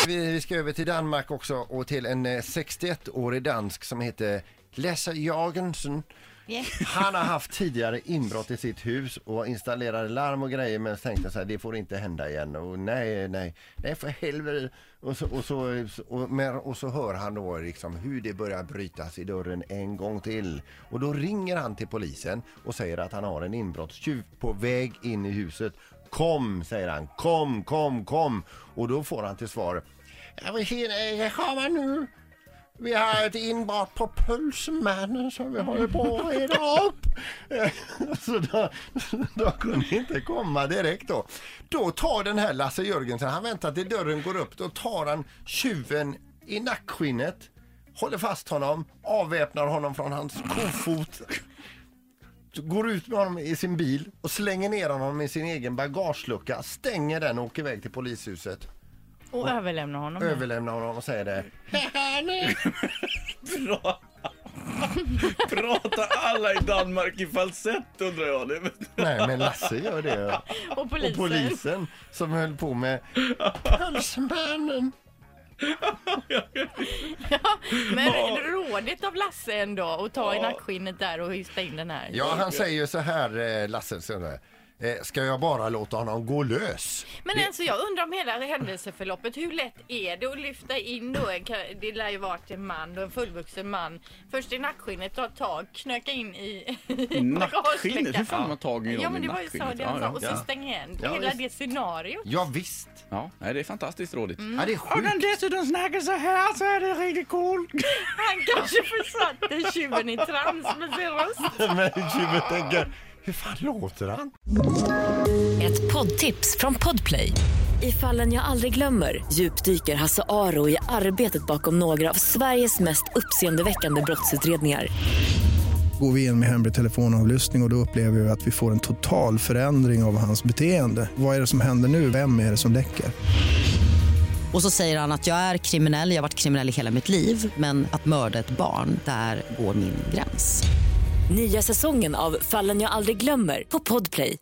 Vi ska över till Danmark också och till en 61-årig dansk som heter Lasse Jørgensen. Yeah. Han har haft tidigare inbrott i sitt hus och installerade larm och grejer, men tänkte så här, det får inte hända igen. Och nej för helvete. Och så hör han då liksom hur det börjar brytas i dörren en gång till. Och då ringer han till polisen och säger att han har en inbrottstjuv på väg in i huset. Kom, säger han. Kom. Och då får han till svar: jag kommer nu. Vi har ett inbrott på Pölsemannen som vi håller på att reda upp. Så då kunde inte komma direkt då. Då tar den här Lasse Jørgensen, han väntar till dörren går upp. Då tar han tjuven i nackskinnet, håller fast honom, avväpnar honom från hans kofot, går ut med honom i sin bil och slänger ner honom i sin egen bagagelucka, stänger den och åker iväg till polishuset. Och överlämnar honom. Överlämnar honom och säger det. Bra. Pratar alla i Danmark i falsett, undrar jag det. Nej, men Lasse gör det. Och polisen som höll på med Pölsemannen. Ja, men rådigt av Lasse ändå att ta i nackskinnet där och hysta in den här. Ja, han säger ju så här, Lasse, så där. Ska jag bara låta honom gå lös? Men alltså jag undrar om hela händelseförloppet, hur lätt är det att lyfta in då? Det lär ju vara en man, en fullvuxen man. Först i nackskinnet, ta tag, knöka in i nackskinnet? Hur fan man tag i ja, men det var ju så det han sa. Och så stänga igen. Hela det scenariot. Ja, visst. Ja, det är fantastiskt rådigt. Ja, det är sjukt. Och den dessutom snackar så här så är det riktigt coolt. Han kanske försatte tjuven i trans med sin röst. Men tjuven tänker, hur fan låter han? Ett poddtips från Podplay. I Fallen jag aldrig glömmer djupdyker Hasse Aro i arbetet bakom några av Sveriges mest uppseendeväckande brottsutredningar. Går vi in med hemlig telefonavlyssning och då upplever vi att vi får en total förändring av hans beteende. Vad är det som händer nu? Vem är det som läcker? Och så säger han att jag är kriminell, jag har varit kriminell i hela mitt liv. Men att mörda ett barn, där går min gräns. Nya säsongen av Fallen jag aldrig glömmer på Podplay.